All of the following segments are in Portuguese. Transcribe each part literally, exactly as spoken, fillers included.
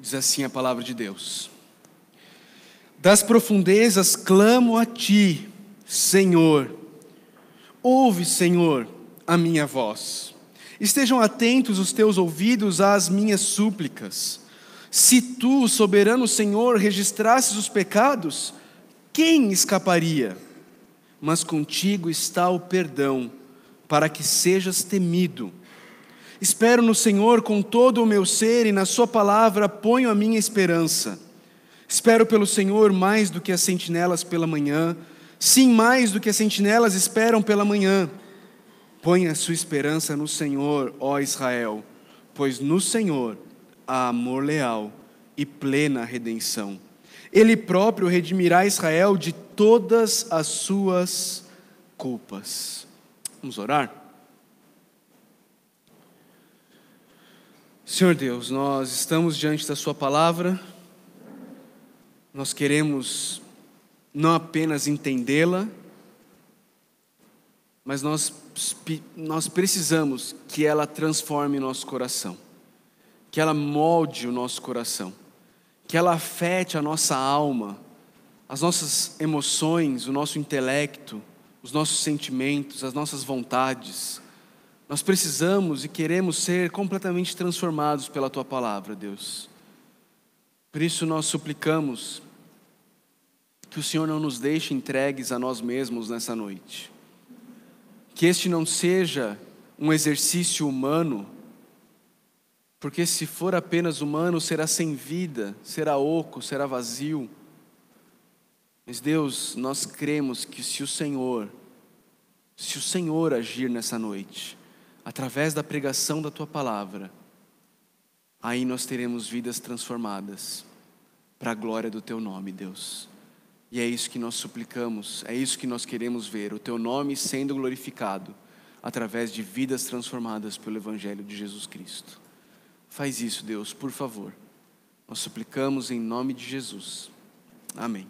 Diz assim a palavra de Deus: das profundezas clamo a ti, Senhor. Ouve, Senhor, a minha voz. Estejam atentos os teus ouvidos às minhas súplicas. Se tu, soberano Senhor, registrasses os pecados, quem escaparia? Mas contigo está o perdão, para que sejas temido. Espero no Senhor com todo o meu ser, e na sua palavra ponho a minha esperança. Espero pelo Senhor mais do que as sentinelas pela manhã, sim, mais do que as sentinelas esperam pela manhã. Põe a sua esperança no Senhor, ó Israel, pois no Senhor há amor leal e plena redenção. Ele próprio redimirá Israel de todas as suas culpas. Vamos orar? Senhor Deus, nós estamos diante da sua palavra. Nós queremos não apenas entendê-la, mas nós, nós precisamos que ela transforme nosso coração, que ela molde o nosso coração, que ela afete a nossa alma, as nossas emoções, o nosso intelecto, os nossos sentimentos, as nossas vontades. Nós precisamos e queremos ser completamente transformados pela tua palavra, Deus. Por isso nós suplicamos que o Senhor não nos deixe entregues a nós mesmos nessa noite. Que este não seja um exercício humano, porque se for apenas humano, será sem vida, será oco, será vazio. Mas Deus, nós cremos que se o Senhor, se o Senhor agir nessa noite, através da pregação da tua palavra, aí nós teremos vidas transformadas para a glória do teu nome, Deus. E é isso que nós suplicamos, é isso que nós queremos ver, o teu nome sendo glorificado através de vidas transformadas pelo Evangelho de Jesus Cristo. Faz isso, Deus, por favor. Nós suplicamos em nome de Jesus. Amém.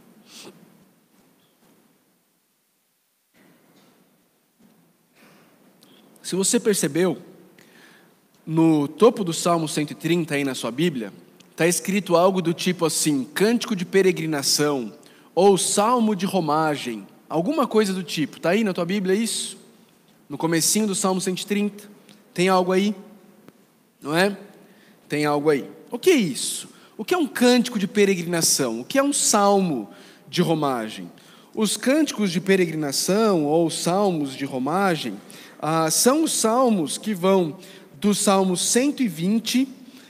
Se você percebeu, no topo do Salmo cento e trinta aí na sua Bíblia, está escrito algo do tipo assim: cântico de peregrinação, ou salmo de romagem, alguma coisa do tipo. Está aí na tua Bíblia isso? No comecinho do Salmo cento e trinta, tem algo aí? Não é? Tem algo aí. O que é isso? O que é um cântico de peregrinação? O que é um salmo de romagem? Os cânticos de peregrinação, ou salmos de romagem, ah, são os salmos que vão do Salmo cento e vinte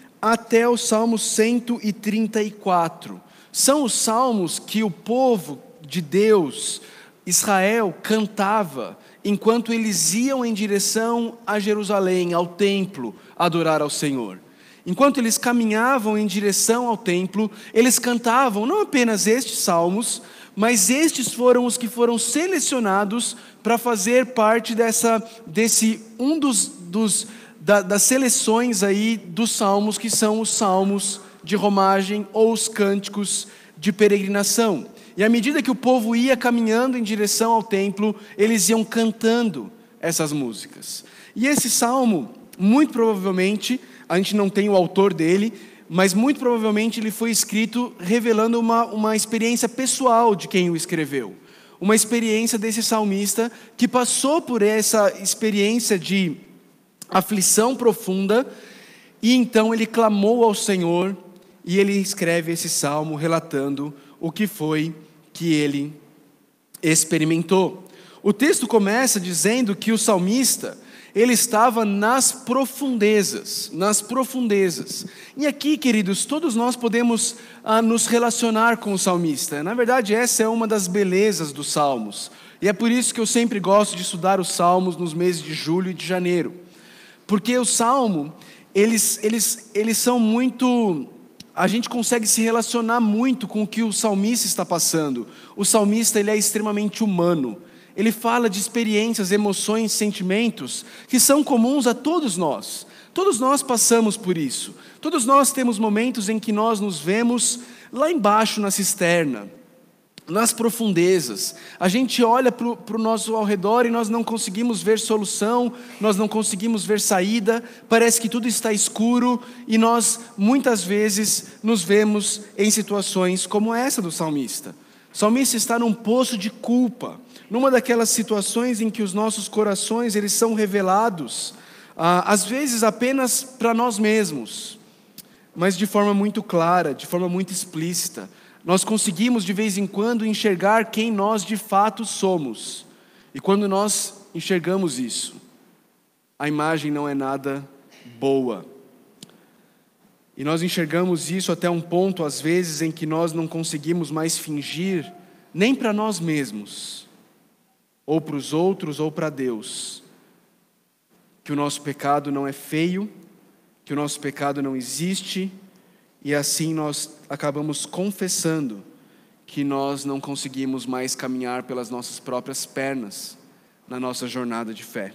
até o Salmo cento e trinta e quatro. São os salmos que o povo de Deus, Israel, cantava enquanto eles iam em direção a Jerusalém, ao templo, adorar ao Senhor. Enquanto eles caminhavam em direção ao templo, eles cantavam não apenas estes salmos, mas estes foram os que foram selecionados para fazer parte dessa, desse, um dos, dos, da, das seleções aí dos salmos, que são os salmos de romagem ou os cânticos de peregrinação. E à medida que o povo ia caminhando em direção ao templo, eles iam cantando essas músicas. E esse salmo, muito provavelmente, a gente não tem o autor dele, mas muito provavelmente ele foi escrito revelando uma, uma experiência pessoal de quem o escreveu. Uma experiência desse salmista que passou por essa experiência de aflição profunda, e então ele clamou ao Senhor, e ele escreve esse salmo relatando o que foi que ele experimentou. O texto começa dizendo que o salmista, ele estava nas profundezas, nas profundezas. E aqui, queridos, todos nós podemos ah, nos relacionar com o salmista. Na verdade, essa é uma das belezas dos salmos. E é por isso que eu sempre gosto de estudar os salmos nos meses de julho e de janeiro. Porque o salmo, eles, eles, eles são muito... A gente consegue se relacionar muito com o que o salmista está passando. O salmista, ele é extremamente humano. Ele fala de experiências, emoções, sentimentos que são comuns a todos nós. Todos nós passamos por isso. Todos nós temos momentos em que nós nos vemos lá embaixo na cisterna, nas profundezas. A gente olha para o nosso ao redor e nós não conseguimos ver solução, nós não conseguimos ver saída, parece que tudo está escuro e nós muitas vezes nos vemos em situações como essa do salmista. O salmista está num poço de culpa, numa daquelas situações em que os nossos corações eles são revelados, ah, às vezes apenas para nós mesmos, mas de forma muito clara, de forma muito explícita. Nós conseguimos de vez em quando enxergar quem nós de fato somos. E quando nós enxergamos isso, a imagem não é nada boa. E nós enxergamos isso até um ponto, às vezes, em que nós não conseguimos mais fingir, nem para nós mesmos, ou para os outros, ou para Deus, que o nosso pecado não é feio, que o nosso pecado não existe, e assim nós acabamos confessando que nós não conseguimos mais caminhar pelas nossas próprias pernas na nossa jornada de fé.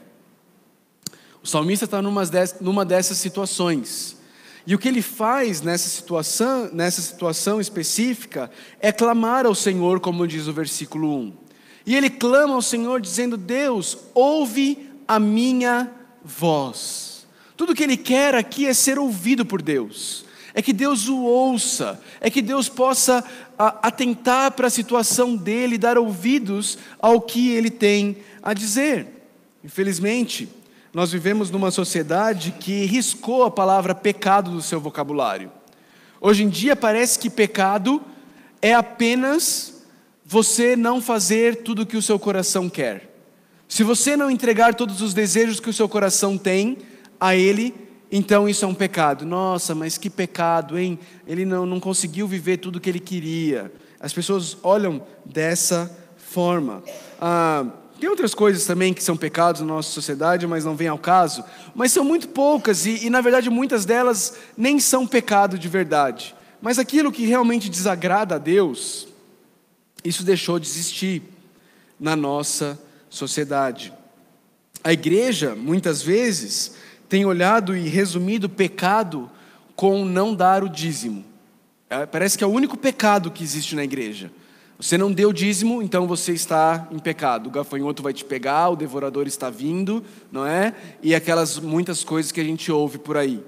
O salmista está numa dessas, numa dessas situações. E o que ele faz nessa situação, nessa situação específica é clamar ao Senhor, como diz o versículo um. E ele clama ao Senhor dizendo: Deus, ouve a minha voz. Tudo que ele quer aqui é ser ouvido por Deus. É que Deus o ouça, é que Deus possa a, atentar para a situação dele, dar ouvidos ao que ele tem a dizer. Infelizmente, nós vivemos numa sociedade que riscou a palavra pecado do seu vocabulário. Hoje em dia parece que pecado é apenas você não fazer tudo o que o seu coração quer. Se você não entregar todos os desejos que o seu coração tem a ele, então isso é um pecado. Nossa, mas que pecado, hein? Ele não, não conseguiu viver tudo o que ele queria. As pessoas olham dessa forma. Ah, tem outras coisas também que são pecados na nossa sociedade, mas não vem ao caso. Mas são muito poucas e, e na verdade muitas delas nem são pecado de verdade. Mas aquilo que realmente desagrada a Deus, isso deixou de existir na nossa sociedade. A igreja, muitas vezes, tem olhado e resumido pecado com não dar o dízimo. É, parece que é o único pecado que existe na igreja. Você não deu dízimo, então você está em pecado. O gafanhoto vai te pegar, o devorador está vindo, não é? E aquelas muitas coisas que a gente ouve por aí.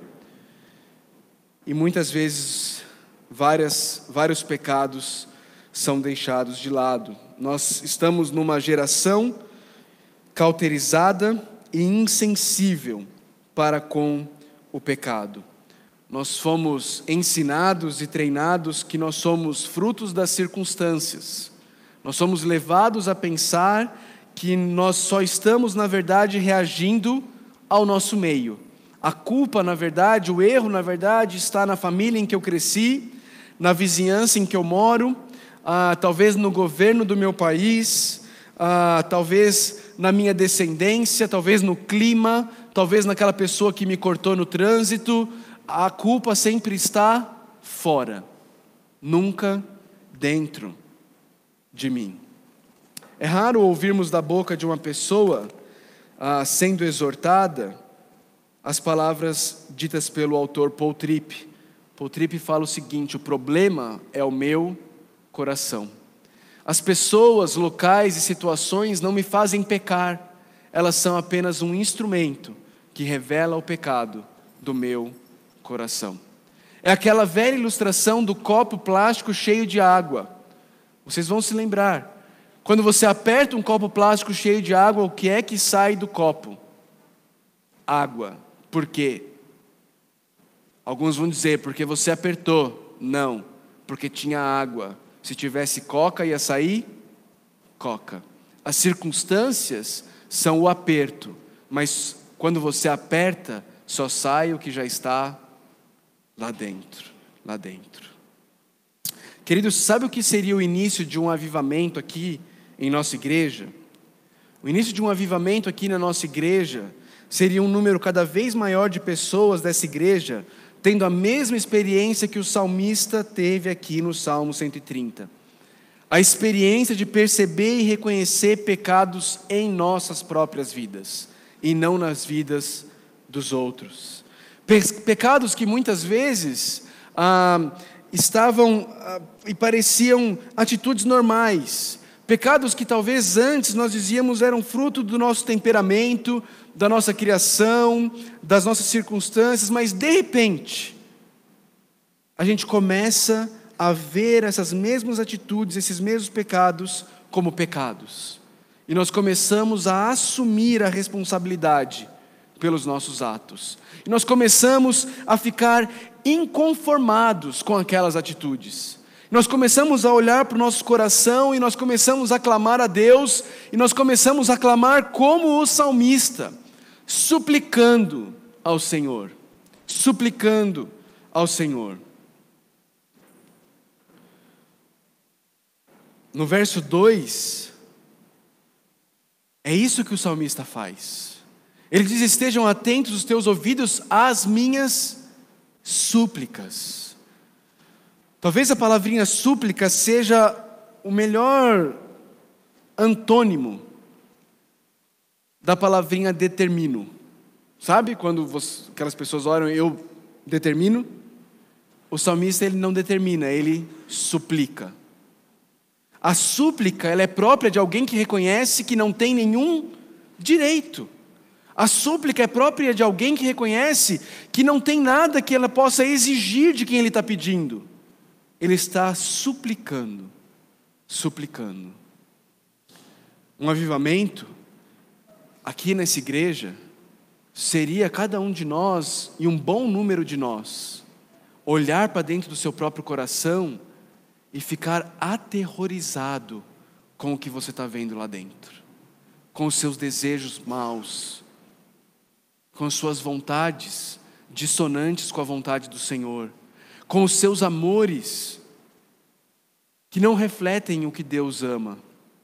E muitas vezes, várias, vários pecados são deixados de lado. Nós estamos numa geração cauterizada e insensível para com o pecado. Nós fomos ensinados e treinados que nós somos frutos das circunstâncias. Nós somos levados a pensar que nós só estamos, na verdade, reagindo ao nosso meio. A culpa, na verdade, o erro, na verdade, está na família em que eu cresci, na vizinhança em que eu moro, ah, talvez no governo do meu país, ah, talvez na minha descendência, talvez no clima, talvez naquela pessoa que me cortou no trânsito. A culpa sempre está fora, nunca dentro de mim. É raro ouvirmos da boca de uma pessoa ah, sendo exortada as palavras ditas pelo autor Paul Tripp. Paul Tripp fala o seguinte: o problema é o meu coração. As pessoas, locais e situações não me fazem pecar, elas são apenas um instrumento que revela o pecado do meu coração. É aquela velha ilustração do copo plástico cheio de água. Vocês vão se lembrar. Quando você aperta um copo plástico cheio de água, o que é que sai do copo? Água. Por quê? Alguns vão dizer, porque você apertou. Não, porque tinha água. Se tivesse coca, ia sair coca. As circunstâncias são o aperto, mas quando você aperta, só sai o que já está lá dentro, lá dentro. Queridos, sabe o que seria o início de um avivamento aqui em nossa igreja? O início de um avivamento aqui na nossa igreja seria um número cada vez maior de pessoas dessa igreja tendo a mesma experiência que o salmista teve aqui no Salmo cento e trinta. A experiência de perceber e reconhecer pecados em nossas próprias vidas e não nas vidas dos outros. Pe- pecados que muitas vezes ah, estavam ah, e pareciam atitudes normais. Pecados que talvez antes nós dizíamos eram fruto do nosso temperamento, da nossa criação, das nossas circunstâncias, mas de repente, a gente começa a ver essas mesmas atitudes, esses mesmos pecados como pecados. E nós começamos a assumir a responsabilidade pelos nossos atos. E nós começamos a ficar inconformados com aquelas atitudes. Nós começamos a olhar para o nosso coração e nós começamos a clamar a Deus, e nós começamos a clamar como o salmista, suplicando ao Senhor, suplicando ao Senhor. No verso dois, é isso que o salmista faz. Ele diz: estejam atentos os teus ouvidos às minhas súplicas. Talvez a palavrinha súplica seja o melhor antônimo da palavrinha determino. Sabe quando você, aquelas pessoas oram, eu determino? O salmista, ele não determina, ele suplica. A súplica, ela é própria de alguém que reconhece que não tem nenhum direito. A súplica é própria de alguém que reconhece que não tem nada que ela possa exigir de quem ele está pedindo. Ele está suplicando, suplicando. Um avivamento, aqui nessa igreja, seria cada um de nós, e um bom número de nós, olhar para dentro do seu próprio coração e ficar aterrorizado com o que você está vendo lá dentro, com os seus desejos maus, com as suas vontades dissonantes com a vontade do Senhor, com os seus amores que não refletem o que Deus ama.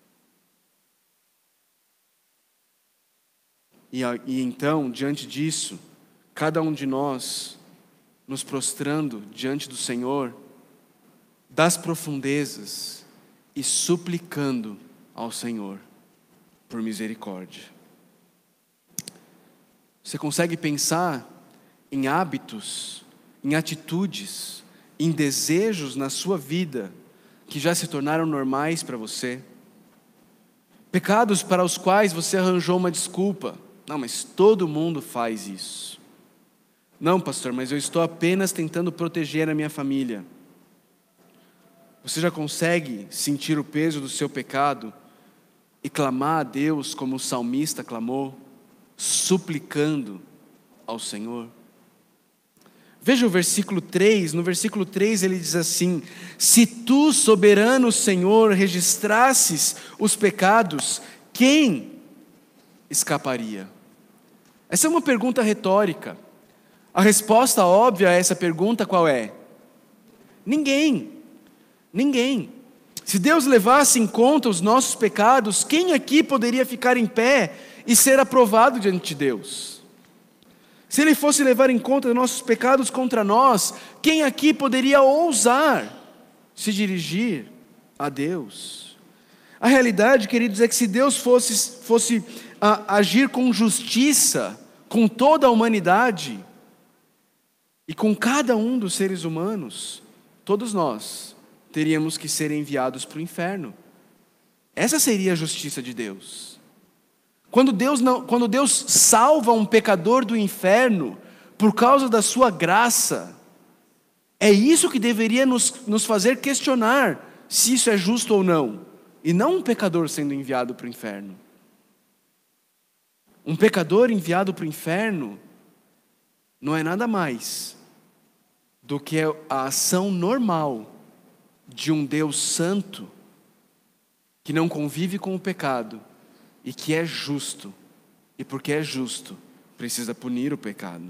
E, e então, diante disso, cada um de nós, nos prostrando diante do Senhor, das profundezas, e suplicando ao Senhor por misericórdia. Você consegue pensar em hábitos, em atitudes, em desejos na sua vida que já se tornaram normais para você? Pecados para os quais você arranjou uma desculpa. Não, mas todo mundo faz isso. Não, pastor, mas eu estou apenas tentando proteger a minha família. Você já consegue sentir o peso do seu pecado e clamar a Deus como o salmista clamou, suplicando ao Senhor? Veja o versículo três, no versículo três ele diz assim: se tu, soberano Senhor, registrasses os pecados, quem escaparia? Essa é uma pergunta retórica. A resposta óbvia a essa pergunta qual é? Ninguém. Ninguém. Se Deus levasse em conta os nossos pecados, quem aqui poderia ficar em pé e ser aprovado diante de Deus? Se Ele fosse levar em conta os nossos pecados contra nós, quem aqui poderia ousar se dirigir a Deus? A realidade, queridos, é que se Deus fosse, fosse a, agir com justiça com toda a humanidade e com cada um dos seres humanos, todos nós teríamos que ser enviados para o inferno. Essa seria a justiça de Deus. Quando Deus, não, quando Deus salva um pecador do inferno por causa da sua graça, é isso que deveria nos, nos fazer questionar se isso é justo ou não, e não um pecador sendo enviado para o inferno. Um pecador enviado para o inferno não é nada mais do que a ação normal de um Deus santo que não convive com o pecado e que é justo, e porque é justo, precisa punir o pecado.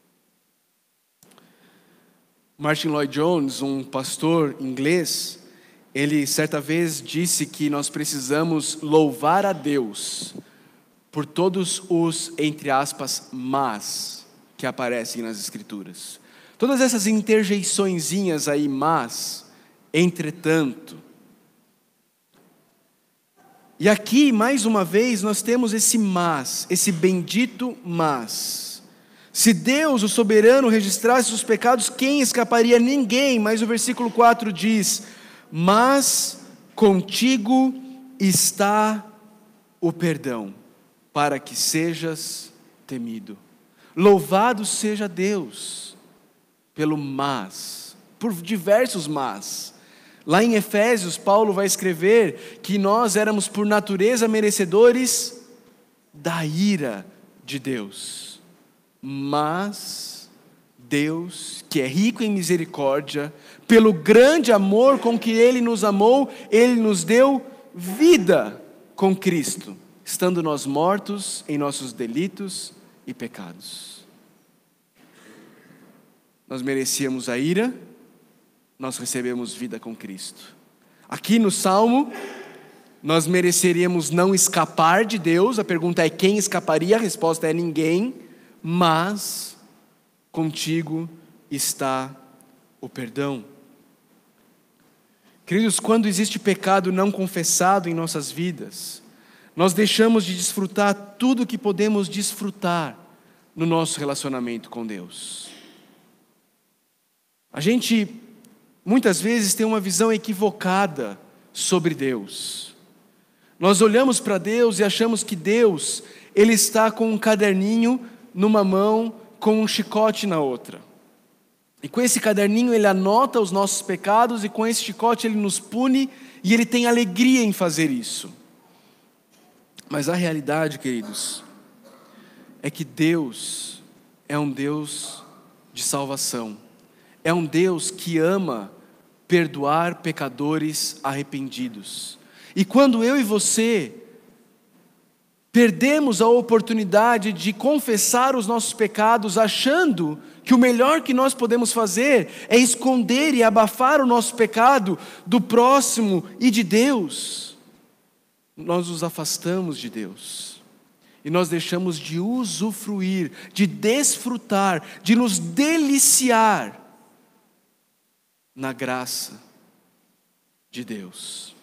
Martin Lloyd Jones, um pastor inglês, ele certa vez disse que nós precisamos louvar a Deus por todos os, entre aspas, mas que aparecem nas Escrituras. Todas essas interjeiçõezinhas aí, mas, entretanto. E aqui, mais uma vez, nós temos esse mas, esse bendito mas. Se Deus, o soberano, registrasse os pecados, quem escaparia? Ninguém. Mas o versículo quatro diz: mas contigo está o perdão, para que sejas temido. Louvado seja Deus pelo mas, por diversos mas. Lá em Efésios, Paulo vai escrever que nós éramos por natureza merecedores da ira de Deus. Mas Deus, que é rico em misericórdia, pelo grande amor com que Ele nos amou, Ele nos deu vida com Cristo, estando nós mortos em nossos delitos e pecados. Nós merecíamos a ira, nós recebemos vida com Cristo. Aqui no Salmo, nós mereceríamos não escapar de Deus. A pergunta é: quem escaparia? A resposta é ninguém. Mas contigo está o perdão. Queridos, quando existe pecado não confessado em nossas vidas, nós deixamos de desfrutar tudo o que podemos desfrutar no nosso relacionamento com Deus. A gente muitas vezes tem uma visão equivocada sobre Deus. Nós olhamos para Deus e achamos que Deus, Ele está com um caderninho numa mão, com um chicote na outra. E com esse caderninho Ele anota os nossos pecados, e com esse chicote Ele nos pune, e Ele tem alegria em fazer isso. Mas a realidade, queridos, é que Deus é um Deus de salvação. É um Deus que ama perdoar pecadores arrependidos. E quando eu e você perdemos a oportunidade de confessar os nossos pecados, achando que o melhor que nós podemos fazer é esconder e abafar o nosso pecado do próximo e de Deus, nós nos afastamos de Deus. E nós deixamos de usufruir, de desfrutar, de nos deliciar na graça de Deus.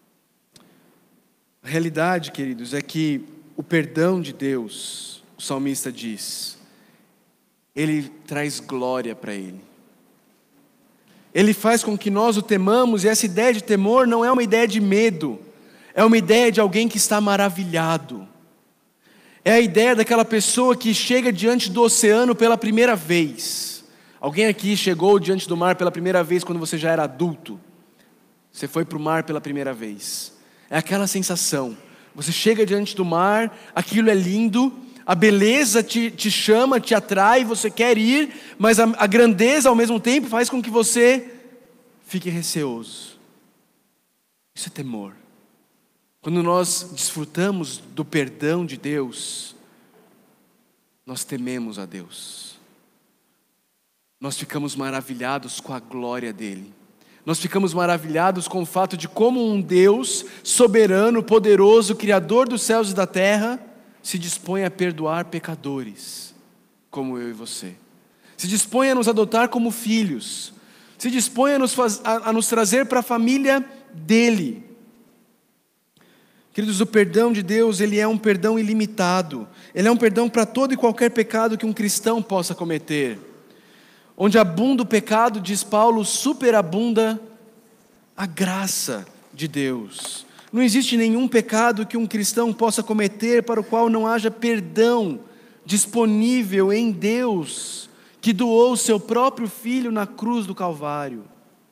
A realidade, queridos, é que o perdão de Deus, o salmista diz, Ele traz glória para Ele. Ele faz com que nós o temamos, e essa ideia de temor não é uma ideia de medo, é uma ideia de alguém que está maravilhado. É a ideia daquela pessoa que chega diante do oceano pela primeira vez. Alguém aqui chegou diante do mar pela primeira vez quando você já era adulto? Você foi para o mar pela primeira vez. É aquela sensação. Você chega diante do mar, aquilo é lindo, a beleza te, te chama, te atrai, você quer ir, mas a, a grandeza ao mesmo tempo faz com que você fique receoso. Isso é temor. Quando nós desfrutamos do perdão de Deus, nós tememos a Deus. Nós ficamos maravilhados com a glória dEle. Nós ficamos maravilhados com o fato de como um Deus soberano, poderoso, Criador dos céus e da terra, se dispõe a perdoar pecadores, como eu e você. Se dispõe a nos adotar como filhos. Se dispõe a nos, faz, a, a nos trazer para a família dEle. Queridos, o perdão de Deus, ele é um perdão ilimitado. Ele é um perdão para todo e qualquer pecado que um cristão possa cometer. Onde abunda o pecado, diz Paulo, superabunda a graça de Deus. Não existe nenhum pecado que um cristão possa cometer para o qual não haja perdão disponível em Deus, que doou o seu próprio Filho na cruz do Calvário.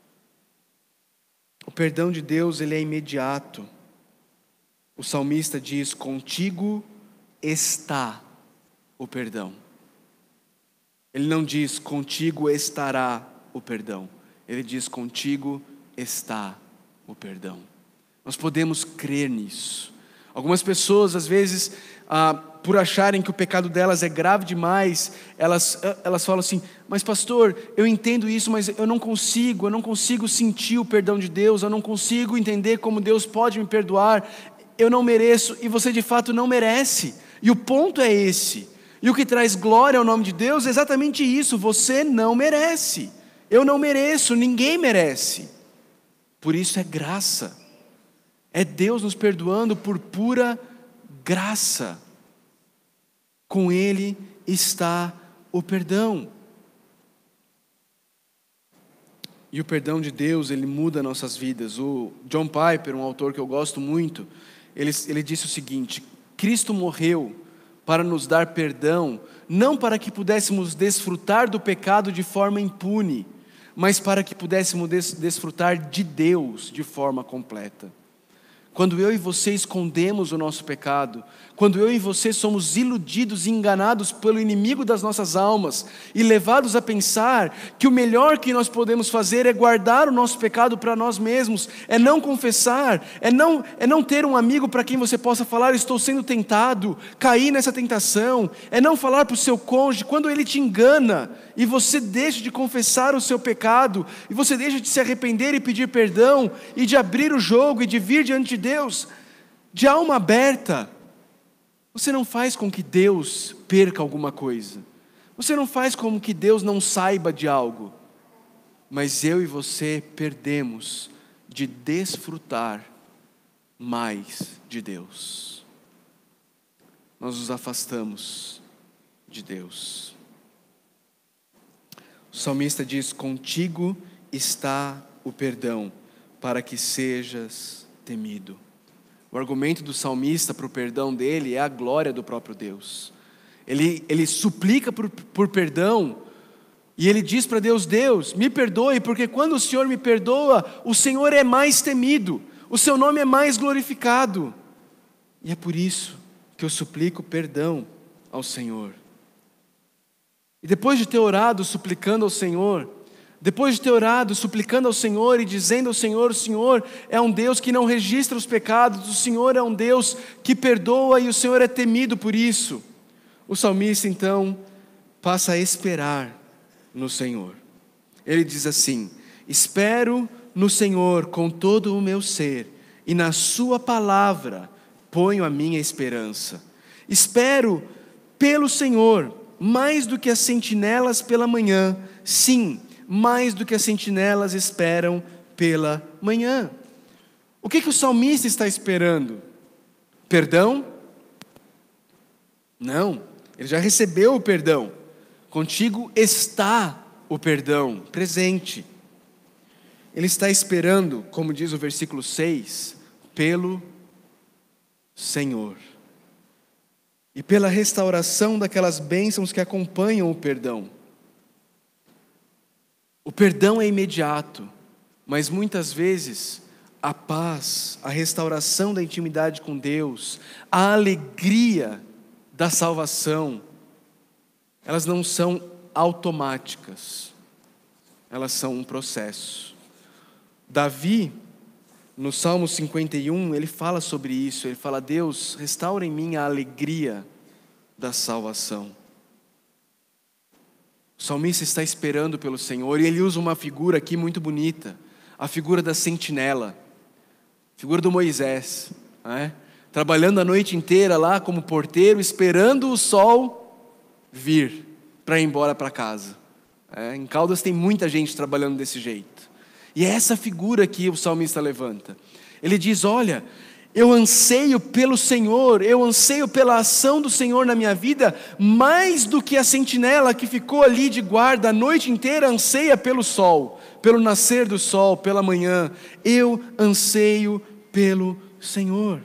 O perdão de Deus, ele é imediato. O salmista diz: contigo está o perdão. Ele não diz: contigo estará o perdão. Ele diz: contigo está o perdão. Nós podemos crer nisso. Algumas pessoas, às vezes, ah, por acharem que o pecado delas é grave demais, elas, elas falam assim: mas pastor, eu entendo isso, mas eu não consigo, eu não consigo sentir o perdão de Deus, eu não consigo entender como Deus pode me perdoar, eu não mereço. E você de fato não merece. E o ponto é esse. E o que traz glória ao nome de Deus é exatamente isso: você não merece, eu não mereço, ninguém merece. Por isso é graça, é Deus nos perdoando por pura graça. Com Ele está o perdão. E o perdão de Deus, ele muda nossas vidas. O John Piper, um autor que eu gosto muito, ele, ele disse o seguinte: Cristo morreu para nos dar perdão, não para que pudéssemos desfrutar do pecado de forma impune, mas para que pudéssemos des, desfrutar de Deus de forma completa. Quando eu e você escondemos o nosso pecado, quando eu e você somos iludidos e enganados pelo inimigo das nossas almas e levados a pensar que o melhor que nós podemos fazer é guardar o nosso pecado para nós mesmos, é não confessar, é não, é não ter um amigo para quem você possa falar: estou sendo tentado, caí nessa tentação, é não falar para o seu cônjuge quando ele te engana e você deixa de confessar o seu pecado, e você deixa de se arrepender e pedir perdão, e de abrir o jogo e de vir diante de Deus de alma aberta. Você não faz com que Deus perca alguma coisa, você não faz com que Deus não saiba de algo, mas eu e você perdemos de desfrutar mais de Deus. Nós nos afastamos de Deus. O salmista diz: contigo está o perdão, para que sejas temido. O argumento do salmista para o perdão dele é a glória do próprio Deus. Ele, ele suplica por, por perdão, e ele diz para Deus: Deus, me perdoe, porque quando o Senhor me perdoa, o Senhor é mais temido, o seu nome é mais glorificado. E é por isso que eu suplico perdão ao Senhor. E depois de ter orado suplicando ao Senhor, depois de ter orado suplicando ao Senhor e dizendo ao Senhor: o Senhor é um Deus que não registra os pecados, o Senhor é um Deus que perdoa e o Senhor é temido por isso, o salmista então passa a esperar no Senhor. Ele diz assim: espero no Senhor com todo o meu ser, e na sua palavra ponho a minha esperança. Espero pelo Senhor mais do que as sentinelas pela manhã, sim, mais do que as sentinelas esperam pela manhã. O que, que o salmista está esperando? Perdão? Não, ele já recebeu o perdão. Contigo está o perdão presente. Ele está esperando, como diz o versículo seis, pelo Senhor. E pela restauração daquelas bênçãos que acompanham o perdão. O perdão é imediato, mas muitas vezes a paz, a restauração da intimidade com Deus, a alegria da salvação, elas não são automáticas, elas são um processo. Davi, no Salmo cinquenta e um, ele fala sobre isso, ele fala: Deus, restaura em mim a alegria da salvação. O salmista está esperando pelo Senhor, e ele usa uma figura aqui muito bonita, a figura da sentinela, a figura do Moisés, né? Trabalhando a noite inteira lá como porteiro, esperando o sol vir para ir embora para casa. É, em Caldas tem muita gente trabalhando desse jeito, e é essa figura que o salmista levanta. Ele diz: olha, eu anseio pelo Senhor, eu anseio pela ação do Senhor na minha vida, mais do que a sentinela que ficou ali de guarda a noite inteira anseia pelo sol, pelo nascer do sol, pela manhã. Eu anseio pelo Senhor.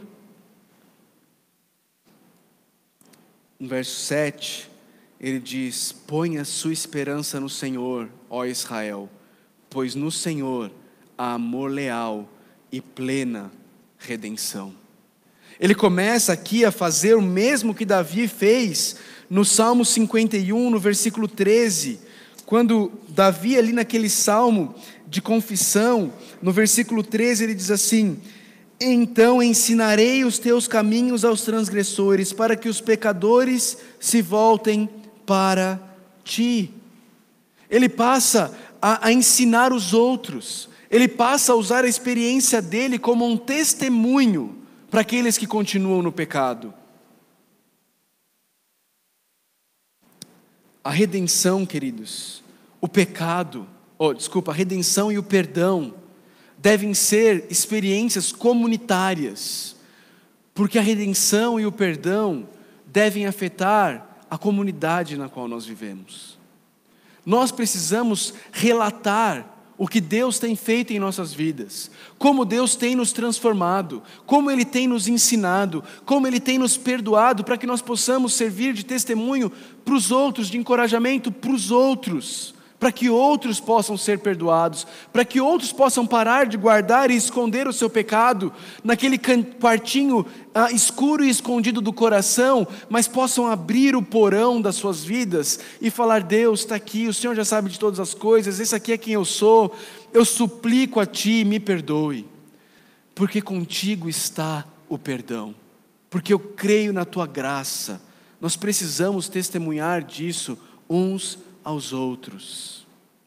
No verso sete, ele diz: põe a sua esperança no Senhor, ó Israel, pois no Senhor há amor leal e plena redenção. Ele começa aqui a fazer o mesmo que Davi fez no Salmo cinquenta e um, no versículo treze, quando Davi, ali naquele salmo de confissão, no versículo treze, ele diz assim: então ensinarei os teus caminhos aos transgressores, para que os pecadores se voltem para ti. Ele passa a, a ensinar os outros, ele passa a usar a experiência dele como um testemunho para aqueles que continuam no pecado. A redenção, queridos, o pecado, oh, desculpa, a redenção e o perdão devem ser experiências comunitárias, porque a redenção e o perdão devem afetar a comunidade na qual nós vivemos. Nós precisamos relatar o que Deus tem feito em nossas vidas, como Deus tem nos transformado, como Ele tem nos ensinado, como Ele tem nos perdoado, para que nós possamos servir de testemunho para os outros, de encorajamento para os outros, para que outros possam ser perdoados, para que outros possam parar de guardar e esconder o seu pecado naquele quartinho ah, escuro e escondido do coração, mas possam abrir o porão das suas vidas e falar: Deus está aqui, o Senhor já sabe de todas as coisas, esse aqui é quem eu sou, eu suplico a Ti, me perdoe, porque contigo está o perdão, porque eu creio na Tua graça. Nós precisamos testemunhar disso uns aos outros.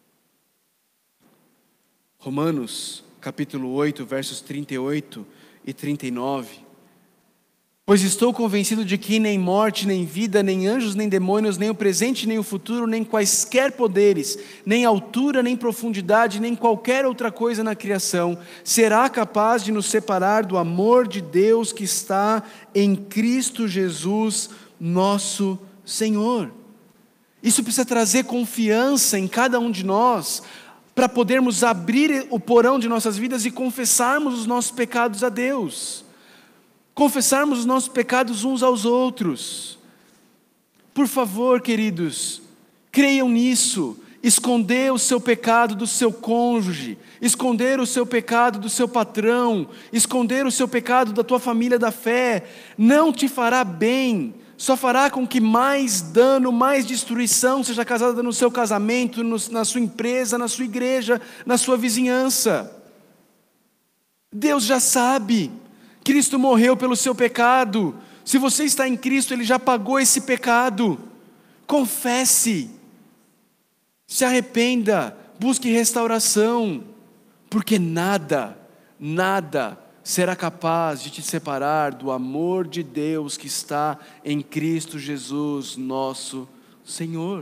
Romanos capítulo oito, versos trinta e oito e trinta e nove. Pois estou convencido de que nem morte, nem vida, nem anjos, nem demônios, nem o presente, nem o futuro, nem quaisquer poderes, nem altura, nem profundidade, nem qualquer outra coisa na criação será capaz de nos separar do amor de Deus que está em Cristo Jesus, nosso Senhor. Isso precisa trazer confiança em cada um de nós, para podermos abrir o porão de nossas vidas e confessarmos os nossos pecados a Deus, confessarmos os nossos pecados uns aos outros. Por favor, queridos, creiam nisso. Esconder o seu pecado do seu cônjuge, esconder o seu pecado do seu patrão, esconder o seu pecado da tua família da fé, não te fará bem, só fará com que mais dano, mais destruição seja causada no seu casamento, no, na sua empresa, na sua igreja, na sua vizinhança. Deus já sabe, Cristo morreu pelo seu pecado. Se você está em Cristo, Ele já pagou esse pecado. Confesse, se arrependa, busque restauração, porque nada, nada será capaz de te separar do amor de Deus que está em Cristo Jesus, nosso Senhor.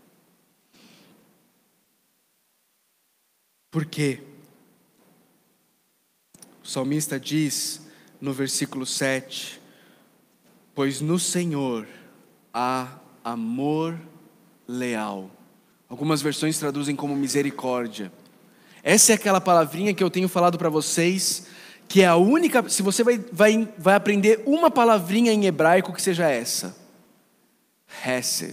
Por quê? O salmista diz no versículo sete: pois no Senhor há amor leal. Algumas versões traduzem como misericórdia. Essa é aquela palavrinha que eu tenho falado para vocês, que é a única, se você vai, vai, vai aprender uma palavrinha em hebraico, que seja essa: Hesed.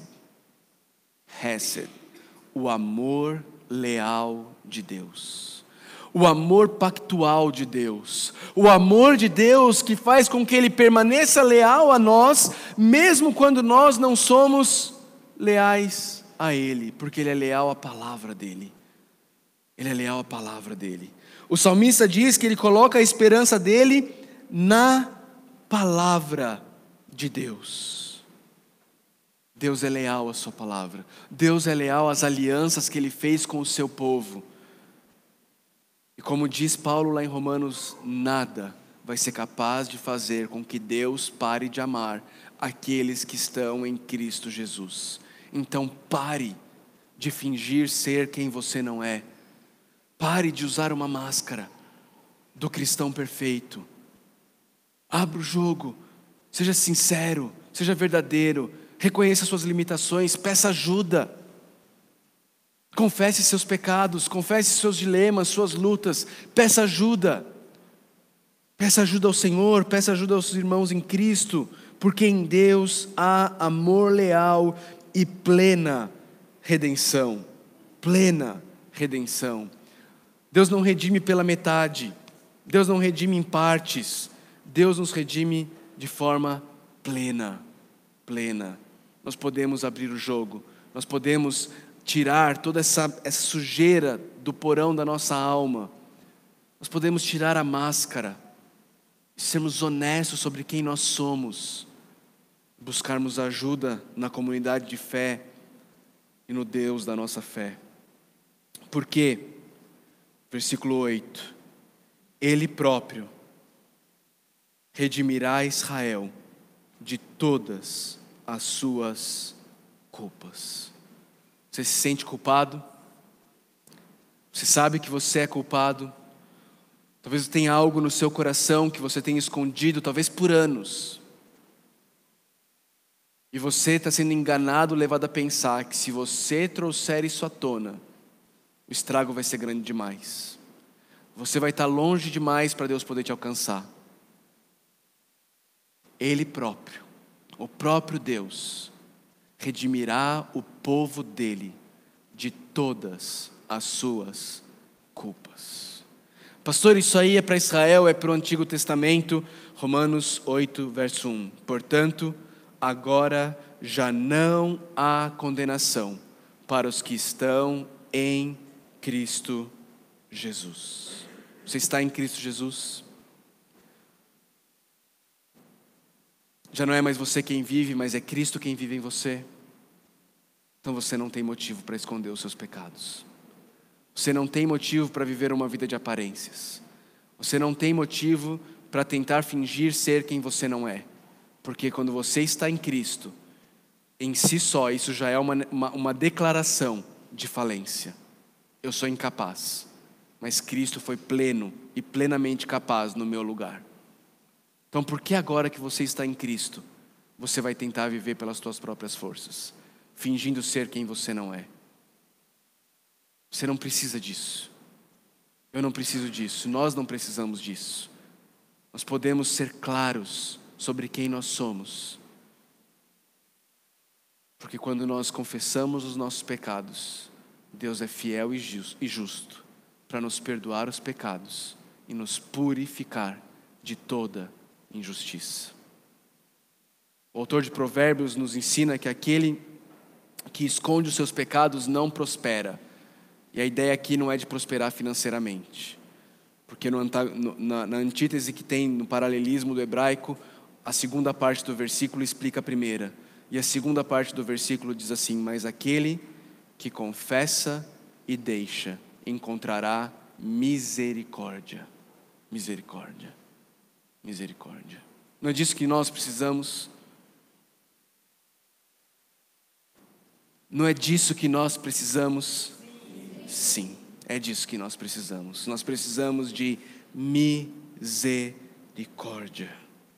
Hesed, o amor leal de Deus, o amor pactual de Deus, o amor de Deus que faz com que Ele permaneça leal a nós, mesmo quando nós não somos leais a Ele, porque Ele é leal à palavra dEle. Ele é leal à palavra dEle. O salmista diz que ele coloca a esperança dele na palavra de Deus. Deus é leal à sua palavra. Deus é leal às alianças que Ele fez com o seu povo. E como diz Paulo lá em Romanos, nada vai ser capaz de fazer com que Deus pare de amar aqueles que estão em Cristo Jesus. Então pare de fingir ser quem você não é. Pare de usar uma máscara do cristão perfeito. Abra o jogo, seja sincero, seja verdadeiro, reconheça suas limitações, peça ajuda. Confesse seus pecados, confesse seus dilemas, suas lutas, peça ajuda. Peça ajuda ao Senhor, peça ajuda aos irmãos em Cristo, porque em Deus há amor leal e plena redenção. Plena redenção. Deus não redime pela metade, Deus não redime em partes, Deus nos redime de forma plena, plena. Nós podemos abrir o jogo, nós podemos tirar toda essa, essa sujeira do porão da nossa alma, nós podemos tirar a máscara, sermos honestos sobre quem nós somos, buscarmos ajuda na comunidade de fé e no Deus da nossa fé. Por quê? Versículo oito: Ele próprio redimirá Israel de todas as suas culpas. Você se sente culpado? Você sabe que você é culpado? Talvez tenha algo no seu coração que você tenha escondido, talvez por anos. E você está sendo enganado, levado a pensar que se você trouxer isso à tona, o estrago vai ser grande demais. Você vai estar longe demais para Deus poder te alcançar. Ele próprio, o próprio Deus, redimirá o povo dele de todas as suas culpas. Pastor, isso aí é para Israel, é para o Antigo Testamento. Romanos oito, verso um. Portanto, agora já não há condenação para os que estão em Cristo Jesus. Você está em Cristo Jesus? Já não é mais você quem vive, mas é Cristo quem vive em você. Então você não tem motivo para esconder os seus pecados. Você não tem motivo para viver uma vida de aparências. Você não tem motivo para tentar fingir ser quem você não é. Porque quando você está em Cristo, em si só, isso já é uma, uma, uma declaração de falência. Eu sou incapaz, mas Cristo foi pleno e plenamente capaz no meu lugar. Então por que agora que você está em Cristo, você vai tentar viver pelas suas próprias forças, fingindo ser quem você não é? Você não precisa disso. Eu não preciso disso. Nós não precisamos disso. Nós podemos ser claros sobre quem nós somos. Porque quando nós confessamos os nossos pecados, Deus é fiel e justo para nos perdoar os pecados e nos purificar de toda injustiça. O autor de Provérbios nos ensina que aquele que esconde os seus pecados não prospera. E a ideia aqui não é de prosperar financeiramente. Porque no, na, na antítese que tem no paralelismo do hebraico, a segunda parte do versículo explica a primeira. E a segunda parte do versículo diz assim: mas aquele que confessa e deixa encontrará misericórdia. Misericórdia. Misericórdia. Não é disso que nós precisamos? Não é disso que nós precisamos? Sim, é disso que nós precisamos. Nós precisamos de misericórdia.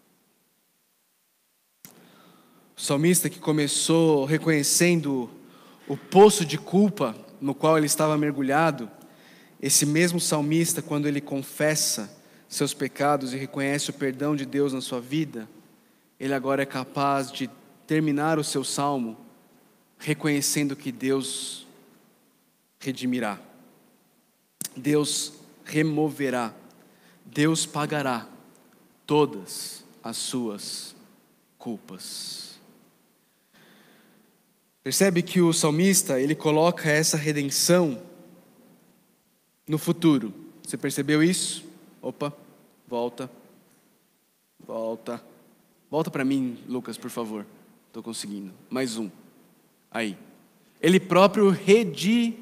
O salmista, que começou reconhecendo o poço de culpa no qual ele estava mergulhado, esse mesmo salmista, quando ele confessa seus pecados e reconhece o perdão de Deus na sua vida, ele agora é capaz de terminar o seu salmo reconhecendo que Deus redimirá, Deus removerá, Deus pagará todas as suas culpas. Percebe que o salmista, ele coloca essa redenção no futuro. Você percebeu isso? Opa, volta, volta, volta para mim, Lucas, por favor. Estou conseguindo. Mais um. Aí. Ele próprio redimirá.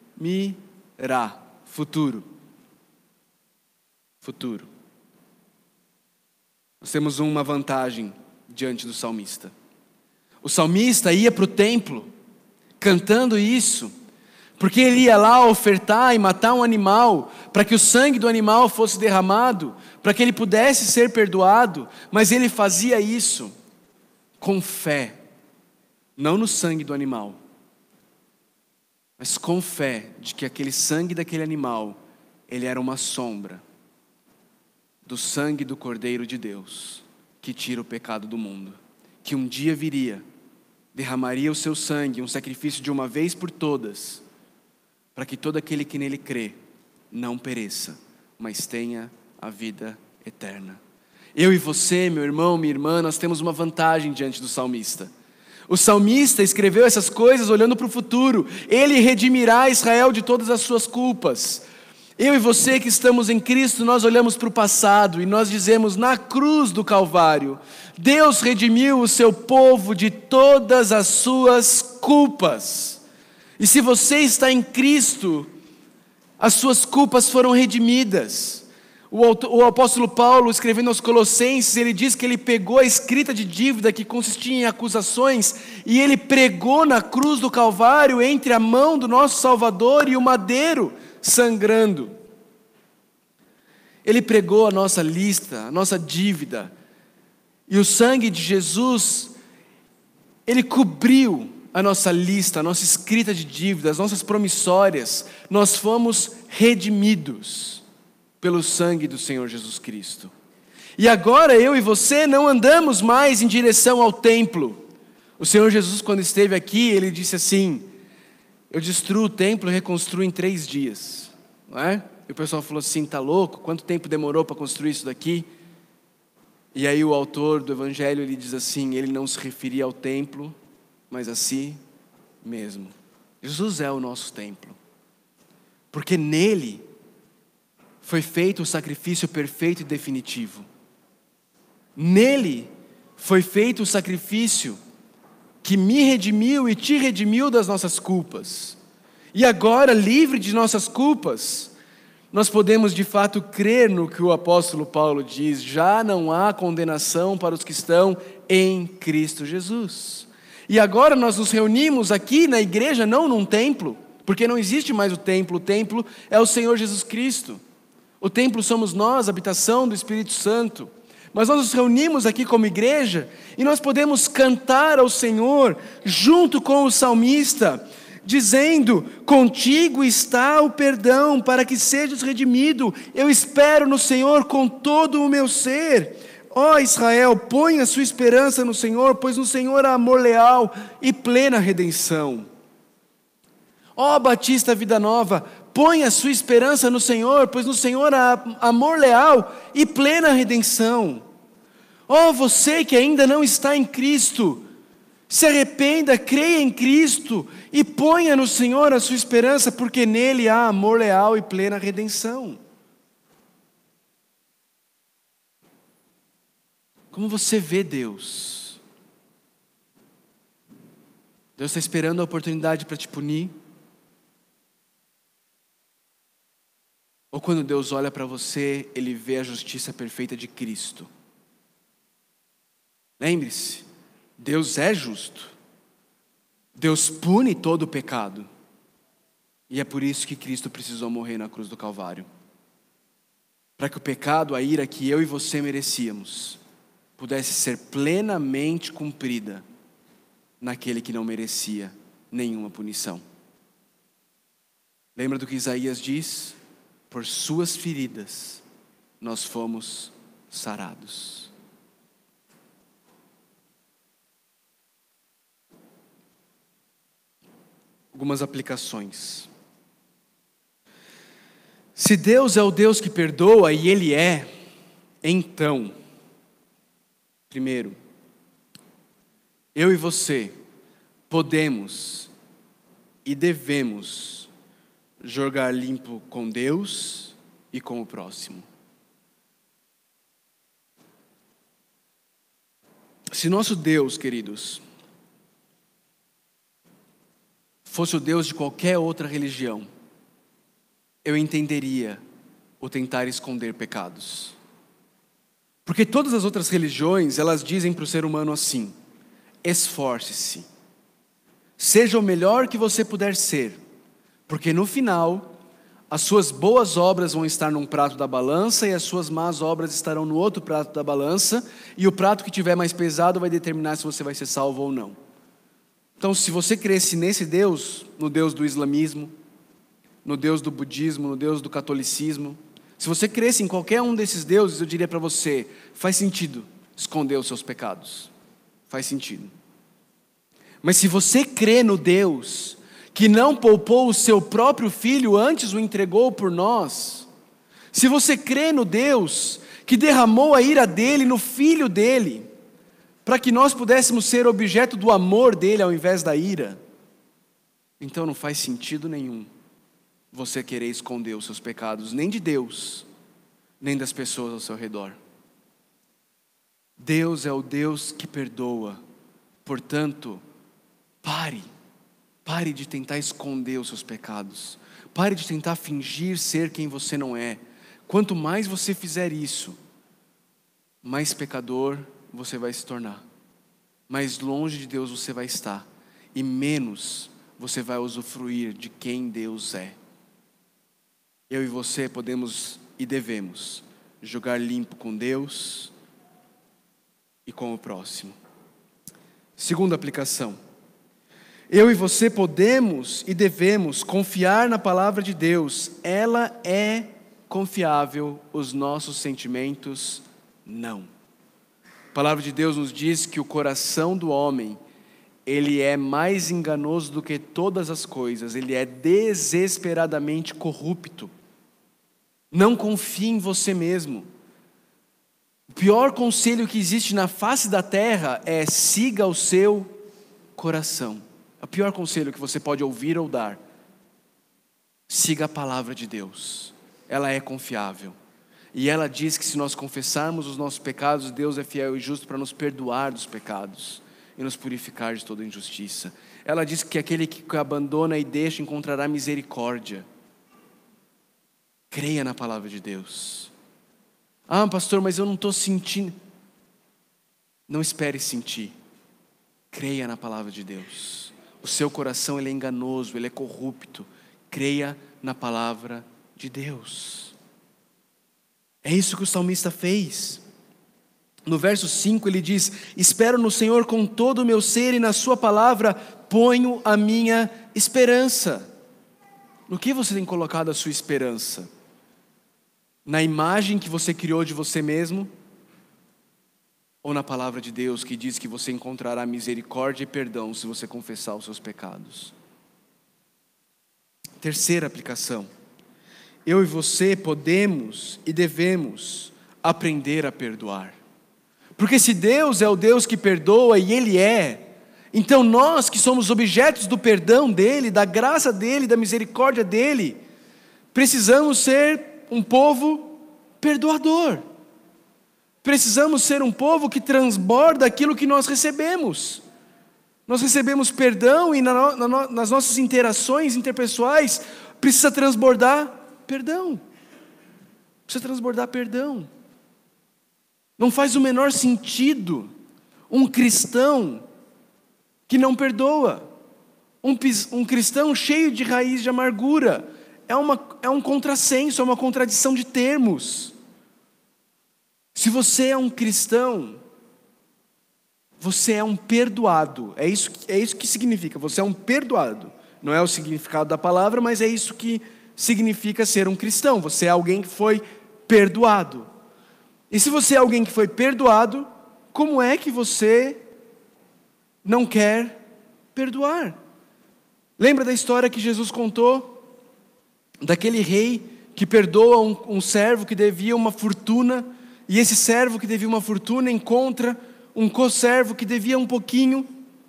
Futuro. Futuro. Nós temos uma vantagem diante do salmista. O salmista ia para o templo cantando isso, porque ele ia lá ofertar e matar um animal, para que o sangue do animal fosse derramado, para que ele pudesse ser perdoado, mas ele fazia isso com fé, não no sangue do animal, mas com fé de que aquele sangue daquele animal, ele era uma sombra do sangue do Cordeiro de Deus, que tira o pecado do mundo, que um dia viria, derramaria o seu sangue, um sacrifício de uma vez por todas, para que todo aquele que nele crê, não pereça, mas tenha a vida eterna. Eu e você, meu irmão, minha irmã, nós temos uma vantagem diante do salmista. O salmista escreveu essas coisas olhando para o futuro. Ele redimirá Israel de todas as suas culpas. Eu e você que estamos em Cristo, nós olhamos para o passado e nós dizemos: na cruz do Calvário, Deus redimiu o seu povo de todas as suas culpas. E se você está em Cristo, as suas culpas foram redimidas. O apóstolo Paulo, escrevendo aos Colossenses, ele diz que ele pegou a escrita de dívida que consistia em acusações e ele pregou na cruz do Calvário entre a mão do nosso Salvador e o madeiro sangrando. Ele pregou a nossa lista, a nossa dívida. E o sangue de Jesus Ele cobriu a nossa lista, a nossa escrita de dívidas, as nossas promissórias. Nós fomos redimidos pelo sangue do Senhor Jesus Cristo. E agora eu e você não andamos mais em direção ao templo. O Senhor Jesus, quando esteve aqui, Ele disse assim: eu destruo o templo e reconstruo em três dias. Não é? E o pessoal falou assim: está louco? Quanto tempo demorou para construir isso daqui? E aí o autor do Evangelho, ele diz assim: ele não se referia ao templo, mas a si mesmo. Jesus é o nosso templo, porque nele foi feito o sacrifício perfeito e definitivo. Nele foi feito o sacrifício que me redimiu e te redimiu das nossas culpas. E agora, livre de nossas culpas, nós podemos de fato crer no que o apóstolo Paulo diz: já não há condenação para os que estão em Cristo Jesus. E agora nós nos reunimos aqui na igreja, não num templo, porque não existe mais o templo. O templo é o Senhor Jesus Cristo. O templo somos nós, a habitação do Espírito Santo. Mas nós nos reunimos aqui como igreja e nós podemos cantar ao Senhor junto com o salmista, dizendo: contigo está o perdão para que sejas redimido. Eu espero no Senhor com todo o meu ser. Ó Israel, põe a sua esperança no Senhor, pois no Senhor há amor leal e plena redenção. Ó Batista Vida Nova, põe a sua esperança no Senhor, pois no Senhor há amor leal e plena redenção. Ó você que ainda não está em Cristo, se arrependa, creia em Cristo e ponha no Senhor a sua esperança, porque nele há amor leal e plena redenção. Como você vê Deus? Deus está esperando a oportunidade para te punir? Ou quando Deus olha para você, Ele vê a justiça perfeita de Cristo? Lembre-se, Deus é justo. Deus pune todo o pecado. E é por isso que Cristo precisou morrer na cruz do Calvário. Para que o pecado, a ira que eu e você merecíamos, pudesse ser plenamente cumprida naquele que não merecia nenhuma punição. Lembra do que Isaías diz? Por suas feridas nós fomos sarados. Algumas aplicações. Se Deus é o Deus que perdoa, e Ele é, então, primeiro, eu e você podemos e devemos jogar limpo com Deus e com o próximo. Se nosso Deus, queridos, fosse o Deus de qualquer outra religião, eu entenderia o tentar esconder pecados. Porque todas as outras religiões, elas dizem para o ser humano assim: esforce-se, seja o melhor que você puder ser, porque no final, as suas boas obras vão estar num prato da balança e as suas más obras estarão no outro prato da balança, e o prato que tiver mais pesado vai determinar se você vai ser salvo ou não. Então, se você cresce nesse Deus, no Deus do islamismo, no Deus do budismo, no Deus do catolicismo, se você cresce em qualquer um desses deuses, eu diria para você: faz sentido esconder os seus pecados. Faz sentido. Mas se você crê no Deus que não poupou o seu próprio filho, antes o entregou por nós, se você crê no Deus que derramou a ira dele no filho dele, para que nós pudéssemos ser objeto do amor dele ao invés da ira, então não faz sentido nenhum você querer esconder os seus pecados, nem de Deus, nem das pessoas ao seu redor. Deus é o Deus que perdoa. Portanto, pare, pare de tentar esconder os seus pecados. Pare de tentar fingir ser quem você não é. Quanto mais você fizer isso, mais pecador você vai se tornar. Mais longe de Deus você vai estar. E menos você vai usufruir de quem Deus é. Eu e você podemos e devemos jogar limpo com Deus e com o próximo. Segunda aplicação. Eu e você podemos e devemos confiar na palavra de Deus. Ela é confiável, os nossos sentimentos não. A palavra de Deus nos diz que o coração do homem, ele é mais enganoso do que todas as coisas, ele é desesperadamente corrupto. Não confie em você mesmo. O pior conselho que existe na face da terra é: siga o seu coração. É o pior conselho que você pode ouvir ou dar. Siga a palavra de Deus. Ela é confiável. E ela diz que se nós confessarmos os nossos pecados, Deus é fiel e justo para nos perdoar dos pecados e nos purificar de toda injustiça. Ela diz que aquele que abandona e deixa encontrará misericórdia. Creia na palavra de Deus. Ah, pastor, mas eu não estou sentindo. Não espere sentir. Creia na palavra de Deus. O seu coração, ele é enganoso, ele é corrupto. Creia na palavra de Deus. É isso que o salmista fez. No verso cinco ele diz: espero no Senhor com todo o meu ser e na sua palavra ponho a minha esperança. No que você tem colocado a sua esperança? Na imagem que você criou de você mesmo? Ou na palavra de Deus que diz que você encontrará misericórdia e perdão se você confessar os seus pecados? Terceira aplicação. Eu e você podemos e devemos aprender a perdoar. Porque se Deus é o Deus que perdoa, e Ele é, então nós que somos objetos do perdão dEle, da graça dEle, da misericórdia dEle, precisamos ser um povo perdoador. Precisamos ser um povo que transborda aquilo que nós recebemos. Nós recebemos perdão e na, na, nas nossas interações interpessoais precisa transbordar perdão. Precisa transbordar perdão. Não faz o menor sentido um cristão que não perdoa. Um, um cristão cheio de raiz de amargura. É, uma, é um contrassenso, é uma contradição de termos. Se você é um cristão, você é um perdoado. É isso, é isso que significa, você é um perdoado. Não é o significado da palavra, mas é isso que significa ser um cristão. Você é alguém que foi perdoado. E se você é alguém que foi perdoado, como é que você não quer perdoar? Lembra da história que Jesus contou? Daquele rei que perdoa um, um servo que devia uma fortuna, e esse servo que devia uma fortuna encontra um co-servo que devia um pouquinho,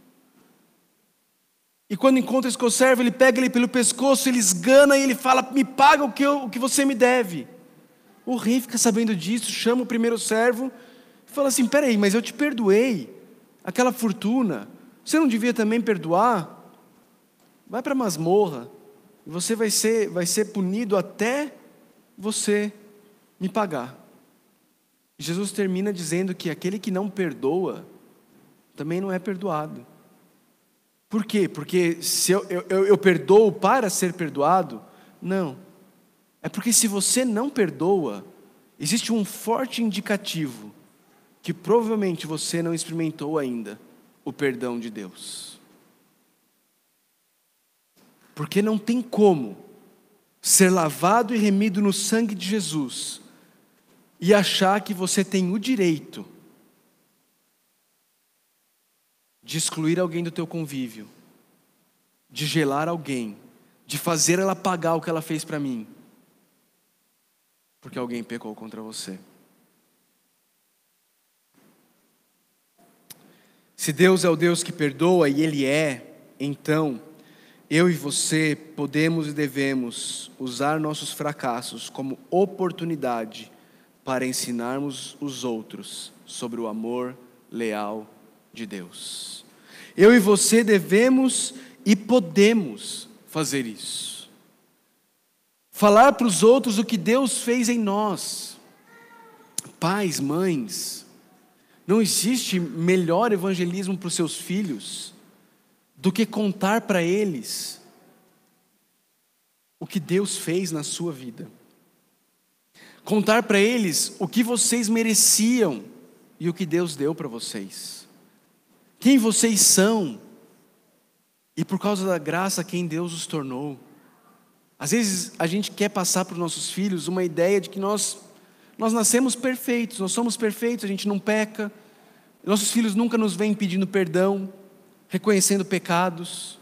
e quando encontra esse co-servo, ele pega ele pelo pescoço, ele esgana e ele fala: me paga o que, eu, o que você me deve. O rei fica sabendo disso, chama o primeiro servo e fala assim: peraí, mas eu te perdoei aquela fortuna, você não devia também perdoar? Vai para a masmorra, e você vai ser, vai ser punido até você me pagar. Jesus termina dizendo que aquele que não perdoa também não é perdoado. Por quê? Porque se eu, eu, eu perdoo para ser perdoado? Não. É porque se você não perdoa, existe um forte indicativo que provavelmente você não experimentou ainda o perdão de Deus. Porque não tem como ser lavado e remido no sangue de Jesus e achar que você tem o direito de excluir alguém do teu convívio, de gelar alguém, de fazer ela pagar o que ela fez para mim, porque alguém pecou contra você. Se Deus é o Deus que perdoa, e Ele é, então eu e você podemos e devemos usar nossos fracassos como oportunidade para ensinarmos os outros sobre o amor leal de Deus. Eu e você devemos e podemos fazer isso. Falar para os outros o que Deus fez em nós. Pais, mães, não existe melhor evangelismo para os seus filhos do que contar para eles o que Deus fez na sua vida. Contar para eles o que vocês mereciam e o que Deus deu para vocês. quem vocês são e por causa da graça quem Deus os tornou. Às vezes a gente quer passar para os nossos filhos uma ideia de que nós, nós nascemos perfeitos, nós somos perfeitos, a gente não peca, nossos filhos nunca nos vêm pedindo perdão, reconhecendo pecados.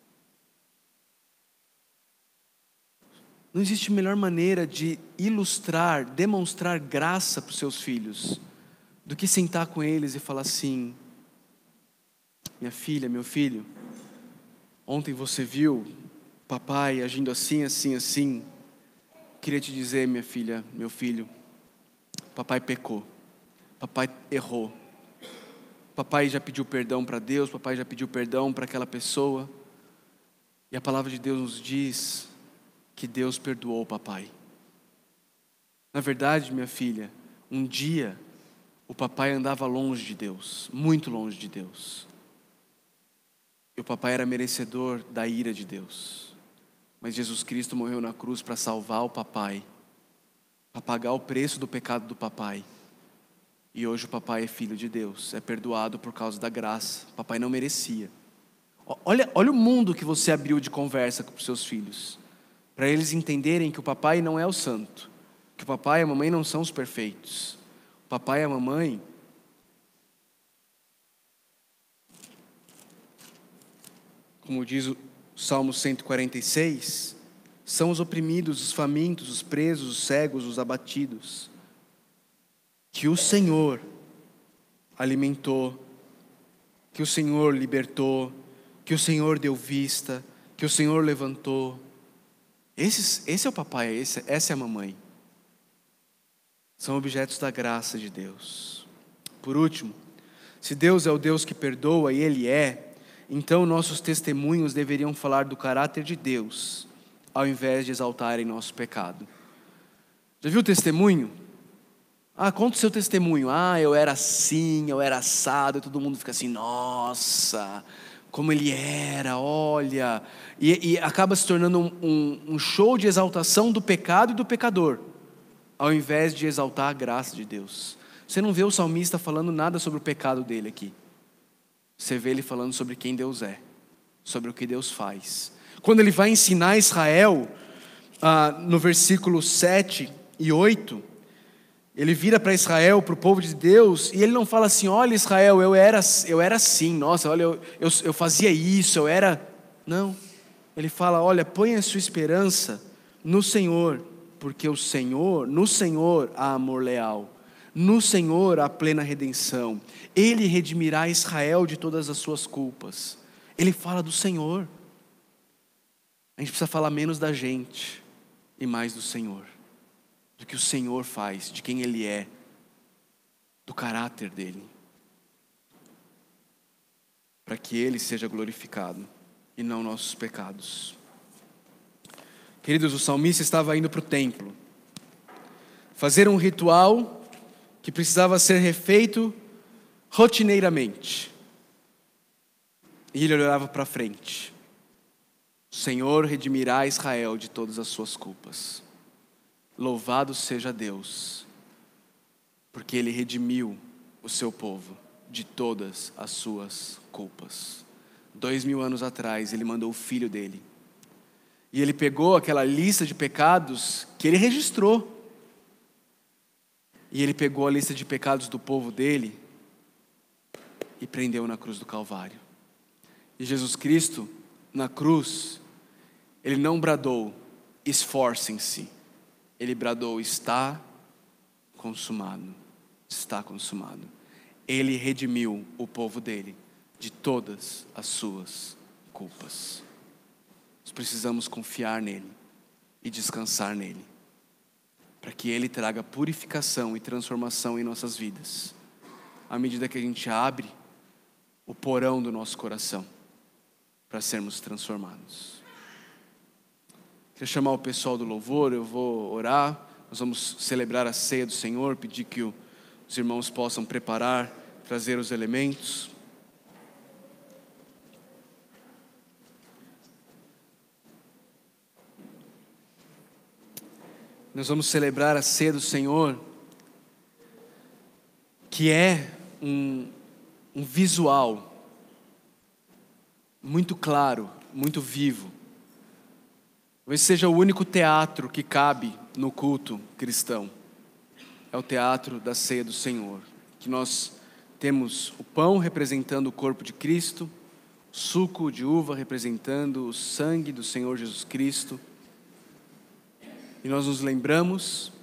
Não existe melhor maneira de ilustrar, demonstrar graça para os seus filhos do que sentar com eles e falar assim: minha filha, meu filho, ontem você viu papai agindo assim, assim, assim. Queria te dizer, minha filha, meu filho, papai pecou, papai errou. Papai já pediu perdão para Deus, papai já pediu perdão para aquela pessoa. E a palavra de Deus nos diz que Deus perdoou o papai. Na verdade, minha filha, um dia o papai andava longe de Deus, muito longe de Deus. E o papai era merecedor da ira de Deus. Mas Jesus Cristo morreu na cruz para salvar o papai, para pagar o preço do pecado do papai. E hoje o papai é filho de Deus, é perdoado por causa da graça. O papai não merecia. Olha, olha o mundo que você abriu de conversa com os seus filhos, para eles entenderem que o papai não é o santo, que o papai e a mamãe não são os perfeitos. O papai e a mamãe como diz o Salmo cento e quarenta e seis, são os oprimidos, os famintos, os presos, os cegos, os abatidos, que o Senhor alimentou, que o Senhor libertou, que o Senhor deu vista, que o Senhor levantou. Esse, esse é o papai, esse, essa é a mamãe. São objetos da graça de Deus. Por último, se Deus é o Deus que perdoa, e Ele é, então nossos testemunhos deveriam falar do caráter de Deus, ao invés de exaltarem nosso pecado. Já viu o testemunho? Ah, conta o seu testemunho. Ah, eu era assim, eu era assado, e todo mundo fica assim, nossa, como ele era, olha. E, e acaba se tornando um, um, um show de exaltação do pecado e do pecador, ao invés de exaltar a graça de Deus. Você não vê o salmista falando nada sobre o pecado dele aqui. Você vê ele falando sobre quem Deus é, sobre o que Deus faz. Quando ele vai ensinar Israel, ah, no versículo sete e oito, ele vira para Israel, para o povo de Deus, e ele não fala assim, olha Israel, eu era, eu era assim, nossa, olha, eu, eu, eu fazia isso, eu era... Não, ele fala, olha, põe a sua esperança no Senhor, porque o Senhor, no Senhor há amor leal. No Senhor há plena redenção. Ele redimirá Israel de todas as suas culpas. Ele fala do Senhor. A gente precisa falar menos da gente e mais do Senhor, do que o Senhor faz, de quem Ele é, do caráter dEle, para que Ele seja glorificado e não nossos pecados. Queridos, o salmista estava indo para o templo fazer um ritual que precisava ser refeito rotineiramente. E ele olhava para frente. O Senhor redimirá Israel de todas as suas culpas. Louvado seja Deus, porque Ele redimiu o seu povo de todas as suas culpas. Dois mil anos atrás, Ele mandou o Filho dEle. E Ele pegou aquela lista de pecados que Ele registrou. E Ele pegou a lista de pecados do povo dEle e prendeu na cruz do Calvário. E Jesus Cristo, na cruz, Ele não bradou, esforcem-se. Ele bradou, está consumado. Está consumado. Ele redimiu o povo dEle de todas as suas culpas. Nós precisamos confiar nele e descansar nele, para que Ele traga purificação e transformação em nossas vidas, à medida que a gente abre o porão do nosso coração, para sermos transformados. Queria chamar o pessoal do louvor, eu vou orar, nós vamos celebrar a ceia do Senhor, pedir que os irmãos possam preparar, trazer os elementos. Nós vamos celebrar a ceia do Senhor, que é um, um visual muito claro, muito vivo. Talvez seja o único teatro que cabe no culto cristão. É o teatro da ceia do Senhor, que nós temos o pão representando o corpo de Cristo, o suco de uva representando o sangue do Senhor Jesus Cristo, e nós nos lembramos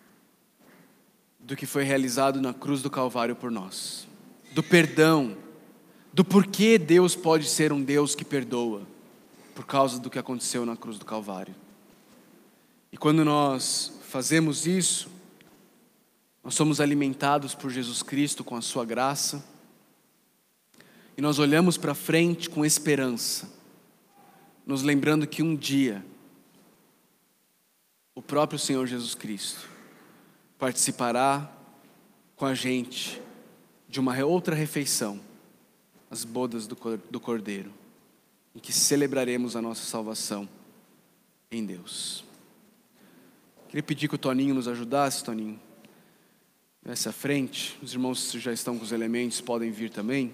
do que foi realizado na cruz do Calvário por nós, do perdão, do porquê Deus pode ser um Deus que perdoa, por causa do que aconteceu na cruz do Calvário. E quando nós fazemos isso, nós somos alimentados por Jesus Cristo com a sua graça, e nós olhamos para frente com esperança, nos lembrando que um dia, o próprio Senhor Jesus Cristo participará com a gente de uma outra refeição, as bodas do Cordeiro, em que celebraremos a nossa salvação em Deus. Queria pedir que o Toninho nos ajudasse, Toninho, nessa frente. Os irmãos já estão com os elementos, podem vir também.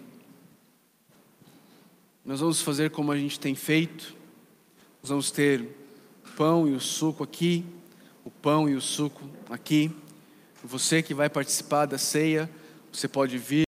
Nós vamos fazer como a gente tem feito. Nós vamos ter o pão e o suco aqui, o pão e o suco aqui. Você que vai participar da ceia, você pode vir